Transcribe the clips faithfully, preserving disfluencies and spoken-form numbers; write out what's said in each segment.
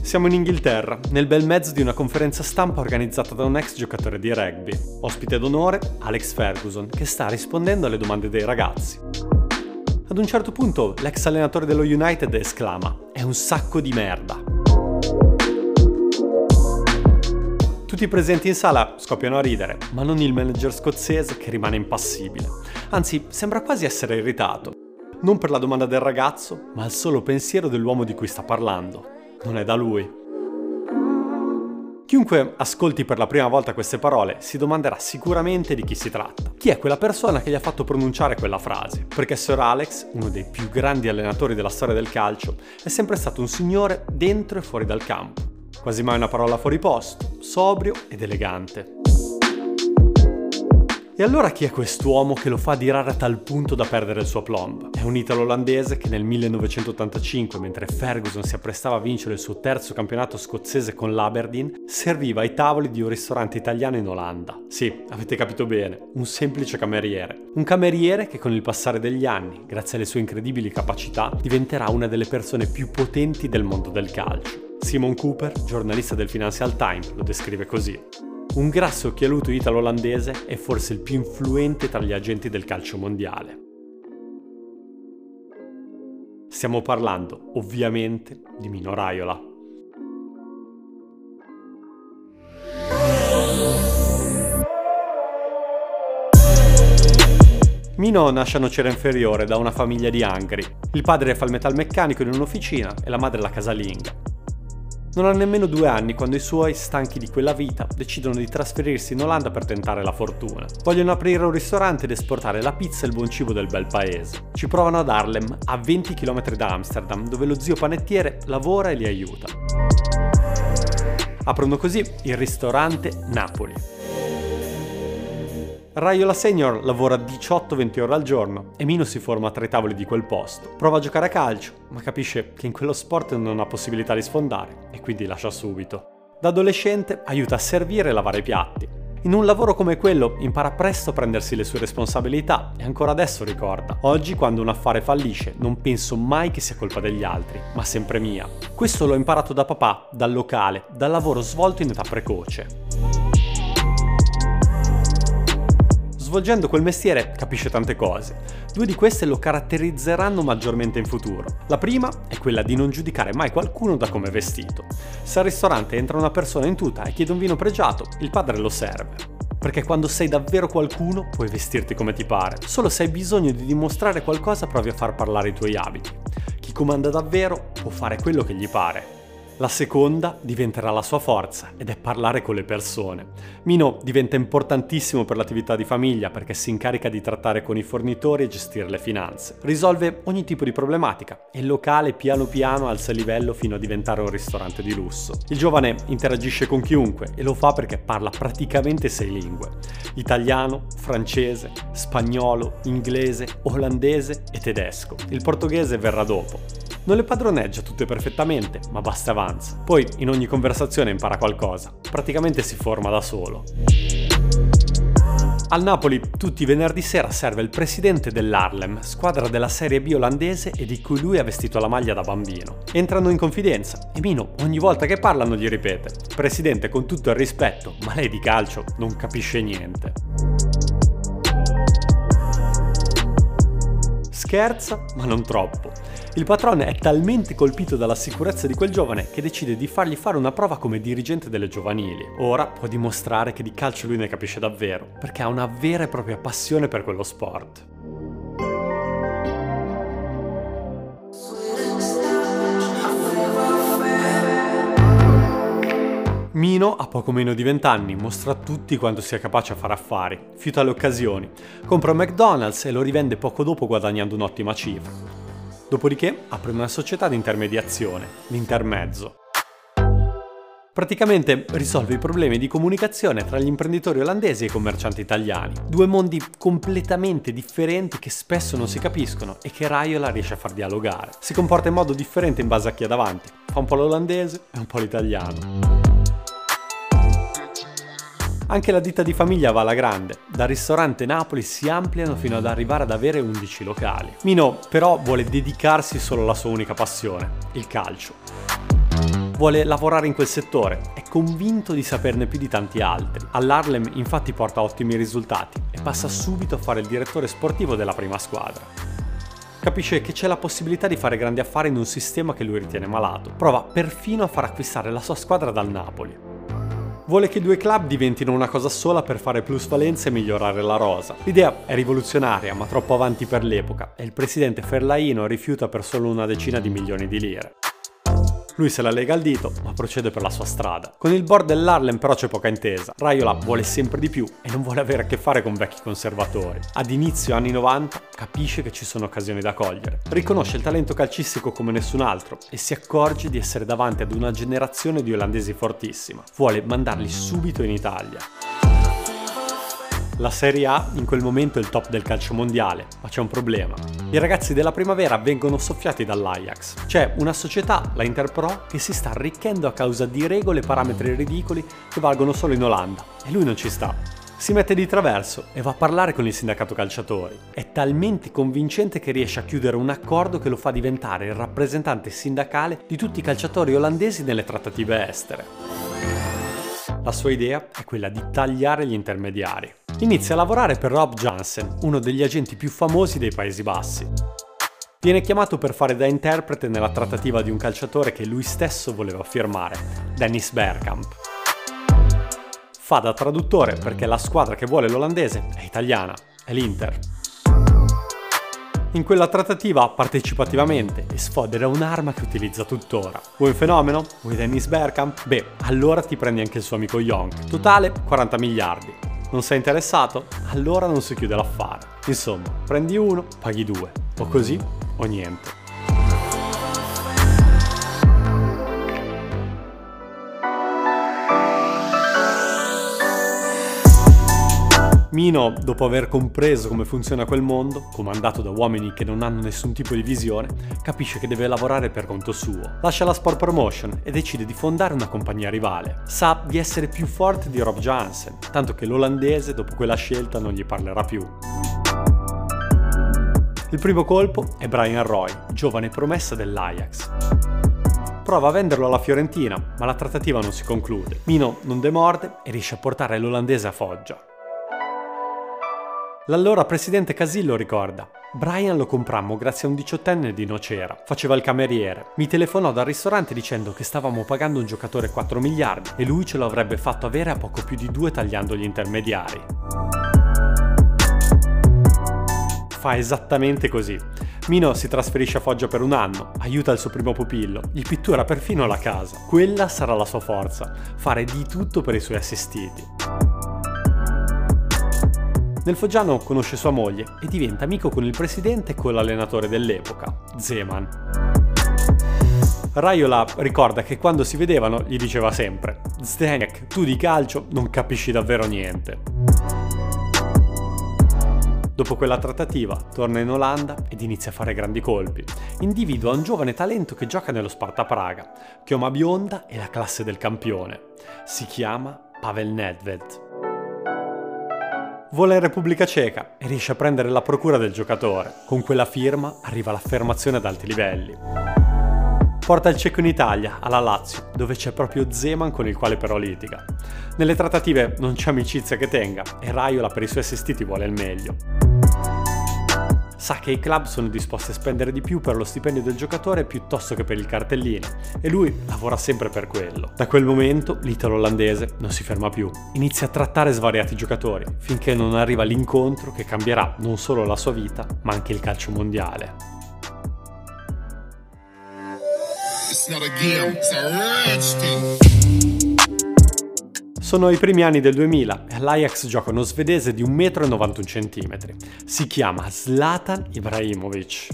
Siamo in Inghilterra, nel bel mezzo di una conferenza stampa organizzata da un ex giocatore di rugby. Ospite d'onore, Alex Ferguson, che sta rispondendo alle domande dei ragazzi. Ad un certo punto, l'ex allenatore dello United esclama: "È un sacco di merda". Tutti i presenti in sala scoppiano a ridere, ma non il manager scozzese, che rimane impassibile. Anzi, sembra quasi essere irritato. Non per la domanda del ragazzo, ma al solo pensiero dell'uomo di cui sta parlando. Non è da lui. Chiunque ascolti per la prima volta queste parole si domanderà sicuramente di chi si tratta. Chi è quella persona che gli ha fatto pronunciare quella frase? Perché Sir Alex, uno dei più grandi allenatori della storia del calcio, è sempre stato un signore dentro e fuori dal campo. Quasi mai una parola fuori posto, sobrio ed elegante. E allora chi è quest'uomo che lo fa adirare a tal punto da perdere il suo aplomb? È un italo-olandese che nel millenovecentottantacinque, mentre Ferguson si apprestava a vincere il suo terzo campionato scozzese con l'Aberdeen, serviva ai tavoli di un ristorante italiano in Olanda. Sì, avete capito bene, un semplice cameriere. Un cameriere che con il passare degli anni, grazie alle sue incredibili capacità, diventerà una delle persone più potenti del mondo del calcio. Simon Cooper, giornalista del Financial Times, lo descrive così: un grasso occhialuto italo-olandese è forse il più influente tra gli agenti del calcio mondiale. Stiamo parlando, ovviamente, di Mino Raiola. Mino nasce a Nocera Inferiore da una famiglia di Angri. Il padre fa il metalmeccanico in un'officina e la madre la casalinga. Non ha nemmeno due anni quando i suoi, stanchi di quella vita, decidono di trasferirsi in Olanda per tentare la fortuna. Vogliono aprire un ristorante ed esportare la pizza e il buon cibo del bel paese. Ci provano ad Haarlem, a venti chilometri da Amsterdam, dove lo zio panettiere lavora e li aiuta. Aprono così il ristorante Napoli. Raiola Senior lavora diciotto venti ore al giorno e Mino si forma tra i tavoli di quel posto. Prova a giocare a calcio, ma capisce che in quello sport non ha possibilità di sfondare e quindi lascia subito. Da adolescente aiuta a servire e lavare i piatti. In un lavoro come quello impara presto a prendersi le sue responsabilità e ancora adesso ricorda: oggi quando un affare fallisce non penso mai che sia colpa degli altri, ma sempre mia. Questo l'ho imparato da papà, dal locale, dal lavoro svolto in età precoce. Svolgendo quel mestiere capisce tante cose. Due di queste lo caratterizzeranno maggiormente in futuro. La prima è quella di non giudicare mai qualcuno da come è vestito. Se al ristorante entra una persona in tuta e chiede un vino pregiato, il padre lo serve. Perché quando sei davvero qualcuno puoi vestirti come ti pare. Solo se hai bisogno di dimostrare qualcosa provi a far parlare i tuoi abiti. Chi comanda davvero può fare quello che gli pare. La seconda diventerà la sua forza ed è parlare con le persone. Mino diventa importantissimo per l'attività di famiglia perché si incarica di trattare con i fornitori e gestire le finanze. Risolve ogni tipo di problematica e il locale piano piano alza il livello fino a diventare un ristorante di lusso. Il giovane interagisce con chiunque e lo fa perché parla praticamente sei lingue: italiano, francese, spagnolo, inglese, olandese e tedesco. Il portoghese verrà dopo. Non le padroneggia tutte perfettamente, ma basta avanza. Poi in ogni conversazione impara qualcosa. Praticamente si forma da solo. Al Napoli tutti i venerdì sera serve il presidente dell'Haarlem, squadra della Serie B olandese e di cui lui ha vestito la maglia da bambino. Entrano in confidenza e Mino ogni volta che parlano gli ripete: "Presidente, con tutto il rispetto, ma lei di calcio non capisce niente". Scherza, ma non troppo. Il patrone è talmente colpito dalla sicurezza di quel giovane che decide di fargli fare una prova come dirigente delle giovanili. Ora può dimostrare che di calcio lui ne capisce davvero, perché ha una vera e propria passione per quello sport. Mino, a poco meno di venti anni, mostra a tutti quanto sia capace a fare affari, fiuta le occasioni, compra un McDonald's e lo rivende poco dopo guadagnando un'ottima cifra. Dopodiché apre una società di intermediazione, l'Intermezzo. Praticamente risolve i problemi di comunicazione tra gli imprenditori olandesi e i commercianti italiani. Due mondi completamente differenti che spesso non si capiscono e che Raiola riesce a far dialogare. Si comporta in modo differente in base a chi ha davanti, fa un po' l'olandese e un po' l'italiano. Anche la ditta di famiglia va alla grande. Dal ristorante Napoli si ampliano fino ad arrivare ad avere undici locali. Mino però vuole dedicarsi solo alla sua unica passione, il calcio. vuole lavorare in quel settore, è convinto di saperne più di tanti altri. All'Harlem infatti porta ottimi risultati e passa subito a fare il direttore sportivo della prima squadra. Capisce che c'è la possibilità di fare grandi affari in un sistema che lui ritiene malato. Prova perfino a far acquistare la sua squadra dal Napoli. Vuole che i due club diventino una cosa sola per fare plusvalenza e migliorare la rosa. L'idea è rivoluzionaria, ma troppo avanti per l'epoca, e il presidente Ferlaino rifiuta per solo una decina di milioni di lire. Lui se la lega al dito, ma procede per la sua strada. Con il board dell'Harlem però c'è poca intesa. Raiola vuole sempre di più e non vuole avere a che fare con vecchi conservatori. Ad inizio anni novanta capisce che ci sono occasioni da cogliere. Riconosce il talento calcistico come nessun altro e si accorge di essere davanti ad una generazione di olandesi fortissima. Vuole mandarli subito in Italia. La Serie A in quel momento è il top del calcio mondiale, ma c'è un problema. I ragazzi della primavera vengono soffiati dall'Ajax. C'è una società, la Interpro, che si sta arricchendo a causa di regole e parametri ridicoli che valgono solo in Olanda, e lui non ci sta. Si mette di traverso e va a parlare con il sindacato calciatori. È talmente convincente che riesce a chiudere un accordo che lo fa diventare il rappresentante sindacale di tutti i calciatori olandesi nelle trattative estere. La sua idea è quella di tagliare gli intermediari. Inizia a lavorare per Rob Jansen, uno degli agenti più famosi dei Paesi Bassi. Viene chiamato per fare da interprete nella trattativa di un calciatore che lui stesso voleva firmare, Dennis Bergkamp. Fa da traduttore perché la squadra che vuole l'olandese è italiana, è l'Inter. In quella trattativa partecipa attivamente e sfodera un'arma che utilizza tuttora. Vuoi un fenomeno? Vuoi Dennis Bergkamp? Beh, allora ti prendi anche il suo amico Jonk. Totale quaranta miliardi. Non sei interessato? Allora non si chiude l'affare. Insomma, prendi uno, paghi due. O così o niente. Mino, dopo aver compreso come funziona quel mondo, comandato da uomini che non hanno nessun tipo di visione, capisce che deve lavorare per conto suo. Lascia la Sport Promotion e decide di fondare una compagnia rivale. Sa di essere più forte di Rob Jansen, tanto che l'olandese dopo quella scelta non gli parlerà più. Il primo colpo è Brian Roy, giovane promessa dell'Ajax. Prova a venderlo alla Fiorentina, ma la trattativa non si conclude. Mino non demorde e riesce a portare l'olandese a Foggia. L'allora presidente Casillo ricorda: Brian lo comprammo grazie a un diciottenne di Nocera, faceva il cameriere. Mi telefonò dal ristorante dicendo che stavamo pagando un giocatore quattro miliardi e lui ce lo avrebbe fatto avere a poco più di due tagliando gli intermediari. Fa esattamente così. Mino si trasferisce a Foggia per un anno, aiuta il suo primo pupillo, gli pittura perfino la casa. Quella sarà la sua forza, fare di tutto per i suoi assistiti. Nel Foggiano conosce sua moglie e diventa amico con il presidente e con l'allenatore dell'epoca, Zeman. Raiola ricorda che quando si vedevano gli diceva sempre: Zdeněk, tu di calcio non capisci davvero niente. Dopo quella trattativa torna in Olanda ed inizia a fare grandi colpi. Individua un giovane talento che gioca nello Sparta Praga, chioma bionda e la classe del campione. Si chiama Pavel Nedved. Vola in Repubblica Ceca e riesce a prendere la procura del giocatore. Con quella firma arriva l'affermazione ad alti livelli. Porta il ceco in Italia, alla Lazio, dove c'è proprio Zeman con il quale però litiga. Nelle trattative non c'è amicizia che tenga e Raiola per i suoi assistiti vuole il meglio. Sa che i club sono disposti a spendere di più per lo stipendio del giocatore piuttosto che per il cartellino e lui lavora sempre per quello. Da quel momento l'italo-olandese non si ferma più. Inizia a trattare svariati giocatori finché non arriva l'incontro che cambierà non solo la sua vita ma anche il calcio mondiale. It's not a game, it's a rich thing. Sono i primi anni del duemila e all'Ajax gioca uno svedese di un metro e novantuno centimetri. Si chiama Zlatan Ibrahimović.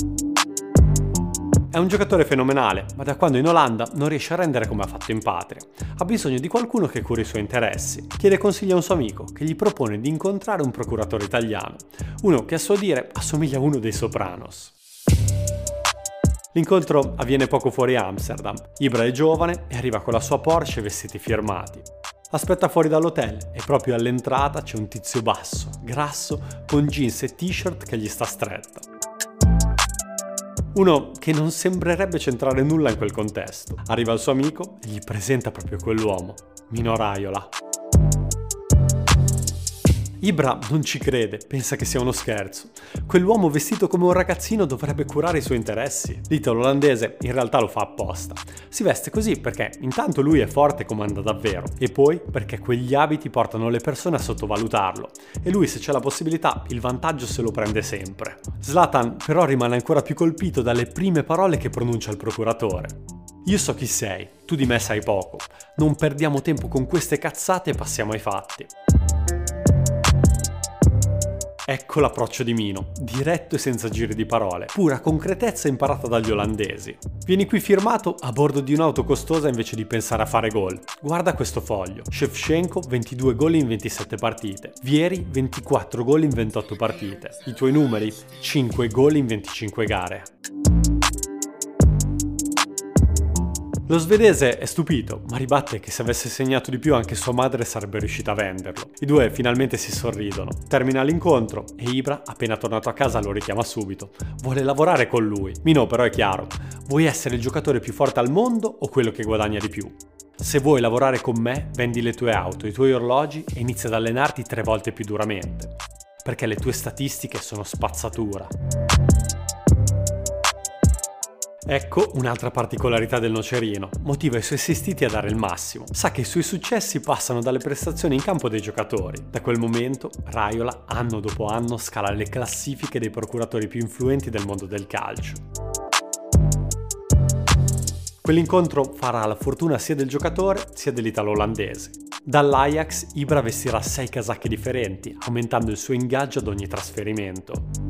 È un giocatore fenomenale, ma da quando in Olanda non riesce a rendere come ha fatto in patria. Ha bisogno di qualcuno che curi i suoi interessi. Chiede consigli a un suo amico, che gli propone di incontrare un procuratore italiano, uno che a suo dire assomiglia a uno dei Sopranos. L'incontro avviene poco fuori Amsterdam. Ibra è giovane e arriva con la sua Porsche e vestiti firmati. Aspetta fuori dall'hotel e proprio all'entrata c'è un tizio basso, grasso, con jeans e t-shirt che gli sta stretta. Uno che non sembrerebbe centrare nulla in quel contesto. Arriva il suo amico e gli presenta proprio quell'uomo, Mino Raiola. Ibra non ci crede, pensa che sia uno scherzo. Quell'uomo vestito come un ragazzino dovrebbe curare i suoi interessi. L'italo-olandese in realtà lo fa apposta. Si veste così perché intanto lui è forte e comanda davvero, e poi perché quegli abiti portano le persone a sottovalutarlo. E lui, se c'è la possibilità, il vantaggio se lo prende sempre. Zlatan però rimane ancora più colpito dalle prime parole che pronuncia il procuratore. Io so chi sei, tu di me sai poco. Non perdiamo tempo con queste cazzate e passiamo ai fatti. Ecco l'approccio di Mino, diretto e senza giri di parole, pura concretezza imparata dagli olandesi. Vieni qui firmato a bordo di un'auto costosa invece di pensare a fare gol. Guarda questo foglio: Shevchenko ventidue gol in ventisette partite, Vieri ventiquattro gol in ventotto partite. I tuoi numeri? cinque gol in venticinque gare. Lo svedese è stupito, ma ribatte che se avesse segnato di più anche sua madre sarebbe riuscita a venderlo. I due finalmente si sorridono. Termina l'incontro e Ibra, appena tornato a casa, lo richiama subito. Vuole lavorare con lui. Mino però è chiaro: vuoi essere il giocatore più forte al mondo o quello che guadagna di più? Se vuoi lavorare con me, vendi le tue auto, i tuoi orologi e inizia ad allenarti tre volte più duramente. Perché le tue statistiche sono spazzatura. Ecco un'altra particolarità del nocerino: motiva i suoi assistiti a dare il massimo. Sa che i suoi successi passano dalle prestazioni in campo dei giocatori. Da quel momento Raiola, anno dopo anno, scala le classifiche dei procuratori più influenti del mondo del calcio. Quell'incontro farà la fortuna sia del giocatore sia dell'italo-olandese. Dall'Ajax Ibra vestirà sei casacche differenti, aumentando il suo ingaggio ad ogni trasferimento.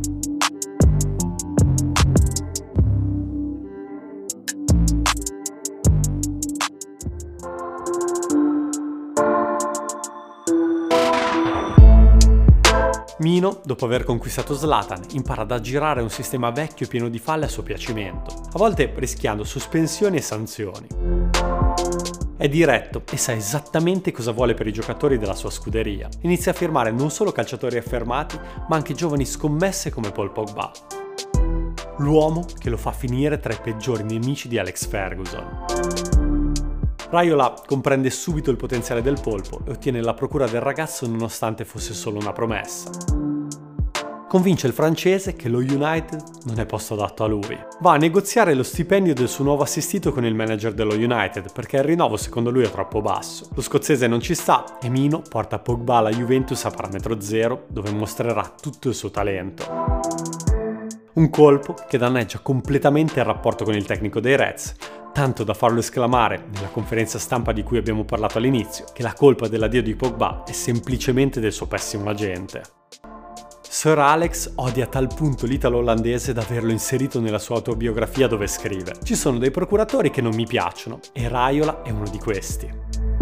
Mino, dopo aver conquistato Zlatan, impara ad aggirare un sistema vecchio e pieno di falle a suo piacimento, a volte rischiando sospensioni e sanzioni. È diretto e sa esattamente cosa vuole per i giocatori della sua scuderia. Inizia a firmare non solo calciatori affermati, ma anche giovani scommesse come Paul Pogba. L'uomo che lo fa finire tra i peggiori nemici di Alex Ferguson. Raiola comprende subito il potenziale del polpo e ottiene la procura del ragazzo nonostante fosse solo una promessa. Convince il francese che lo United non è posto adatto a lui. Va a negoziare lo stipendio del suo nuovo assistito con il manager dello United perché il rinnovo secondo lui è troppo basso. Lo scozzese non ci sta e Mino porta Pogba alla Juventus a parametro zero, dove mostrerà tutto il suo talento. Un colpo che danneggia completamente il rapporto con il tecnico dei Reds, tanto da farlo esclamare nella conferenza stampa di cui abbiamo parlato all'inizio che la colpa dell'addio di Pogba è semplicemente del suo pessimo agente. Sir Alex odia a tal punto l'italo-olandese da averlo inserito nella sua autobiografia dove scrive: ci sono dei procuratori che non mi piacciono e Raiola è uno di questi.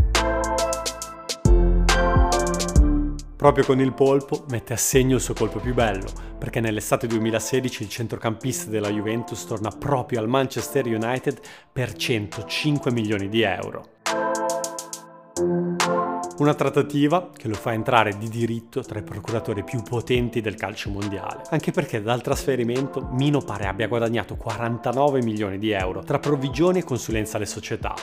Proprio con il polpo mette a segno il suo colpo più bello, perché nell'estate duemilasedici il centrocampista della Juventus torna proprio al Manchester United per centocinque milioni di euro. Una trattativa che lo fa entrare di diritto tra i procuratori più potenti del calcio mondiale, anche perché dal trasferimento Mino pare abbia guadagnato quarantanove milioni di euro tra provvigioni e consulenza alle società.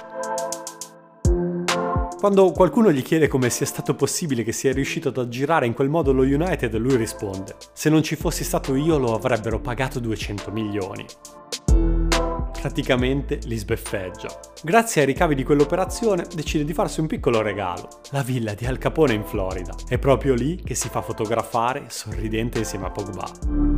Quando qualcuno gli chiede come sia stato possibile che sia riuscito ad aggirare in quel modo lo United, lui risponde: se non ci fossi stato io lo avrebbero pagato duecento milioni. Praticamente li sbeffeggia. Grazie ai ricavi di quell'operazione decide di farsi un piccolo regalo: la villa di Al Capone in Florida. È proprio lì che si fa fotografare sorridente insieme a Pogba.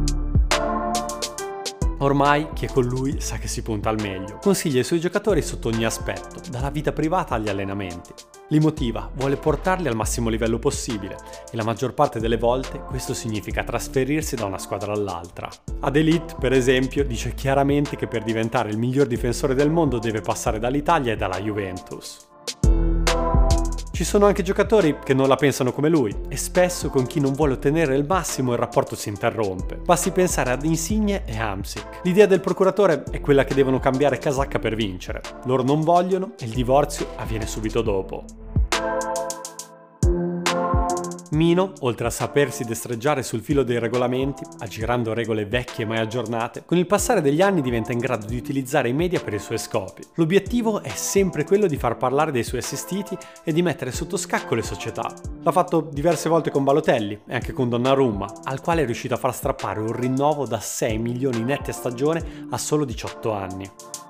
Ormai chi è con lui sa che si punta al meglio. Consiglia i suoi giocatori sotto ogni aspetto, dalla vita privata agli allenamenti. Li motiva, vuole portarli al massimo livello possibile e la maggior parte delle volte questo significa trasferirsi da una squadra all'altra. Ad Elite, per esempio, dice chiaramente che per diventare il miglior difensore del mondo deve passare dall'Italia e dalla Juventus. Ci sono anche giocatori che non la pensano come lui e spesso con chi non vuole ottenere il massimo il rapporto si interrompe. Basti pensare ad Insigne e Hamsik. L'idea del procuratore è quella che devono cambiare casacca per vincere. Loro non vogliono e il divorzio avviene subito dopo. Mino, oltre a sapersi destreggiare sul filo dei regolamenti, aggirando regole vecchie mai aggiornate, con il passare degli anni diventa in grado di utilizzare i media per i suoi scopi. L'obiettivo è sempre quello di far parlare dei suoi assistiti e di mettere sotto scacco le società. L'ha fatto diverse volte con Balotelli e anche con Donnarumma, al quale è riuscito a far strappare un rinnovo da sei milioni netti a stagione a solo diciotto anni.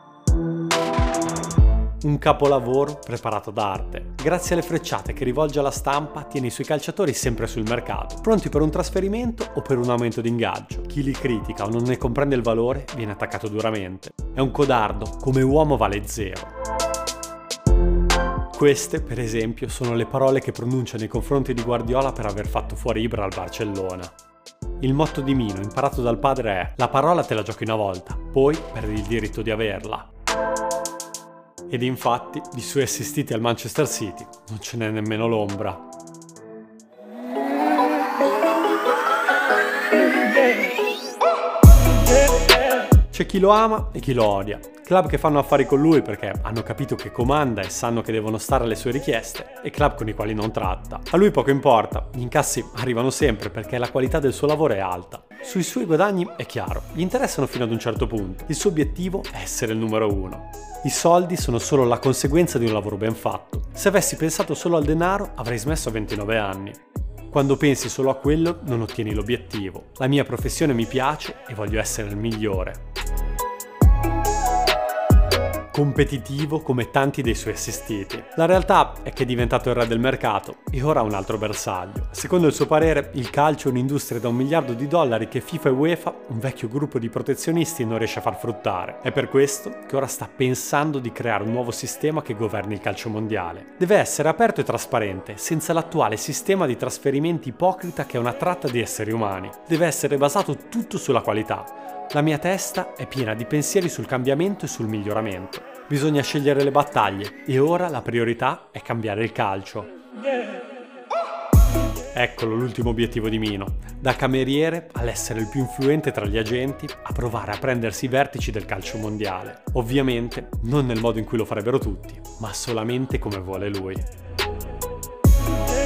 Un capolavoro preparato da arte. Grazie alle frecciate che rivolge alla stampa, tiene i suoi calciatori sempre sul mercato, pronti per un trasferimento o per un aumento di ingaggio. Chi li critica o non ne comprende il valore viene attaccato duramente. È un codardo, come uomo vale zero. Queste, per esempio, sono le parole che pronuncia nei confronti di Guardiola per aver fatto fuori Ibra al Barcellona. Il motto di Mino, imparato dal padre, è: la parola te la giochi una volta, poi perdi il diritto di averla. Ed infatti, di suoi assistiti al Manchester City non ce n'è nemmeno l'ombra. C'è chi lo ama e chi lo odia. Club che fanno affari con lui perché hanno capito che comanda e sanno che devono stare alle sue richieste, e club con i quali non tratta. A lui poco importa, gli incassi arrivano sempre perché la qualità del suo lavoro è alta. Sui suoi guadagni è chiaro, gli interessano fino ad un certo punto. Il suo obiettivo è essere il numero uno. I soldi sono solo la conseguenza di un lavoro ben fatto. Se avessi pensato solo al denaro, avrei smesso a ventinove anni. Quando pensi solo a quello, non ottieni l'obiettivo. La mia professione mi piace e voglio essere il migliore. Competitivo come tanti dei suoi assistiti. La realtà è che è diventato il re del mercato e ora ha un altro bersaglio. Secondo il suo parere, il calcio è un'industria da un miliardo di dollari che FIFA e UEFA, un vecchio gruppo di protezionisti, non riesce a far fruttare. È per questo che ora sta pensando di creare un nuovo sistema che governi il calcio mondiale. Deve essere aperto e trasparente, senza l'attuale sistema di trasferimenti ipocrita che è una tratta di esseri umani. Deve essere basato tutto sulla qualità. La mia testa è piena di pensieri sul cambiamento e sul miglioramento. Bisogna scegliere le battaglie e ora la priorità è cambiare il calcio. Eccolo l'ultimo obiettivo di Mino. Da cameriere all'essere il più influente tra gli agenti, a provare a prendersi i vertici del calcio mondiale. Ovviamente non nel modo in cui lo farebbero tutti, ma solamente come vuole lui.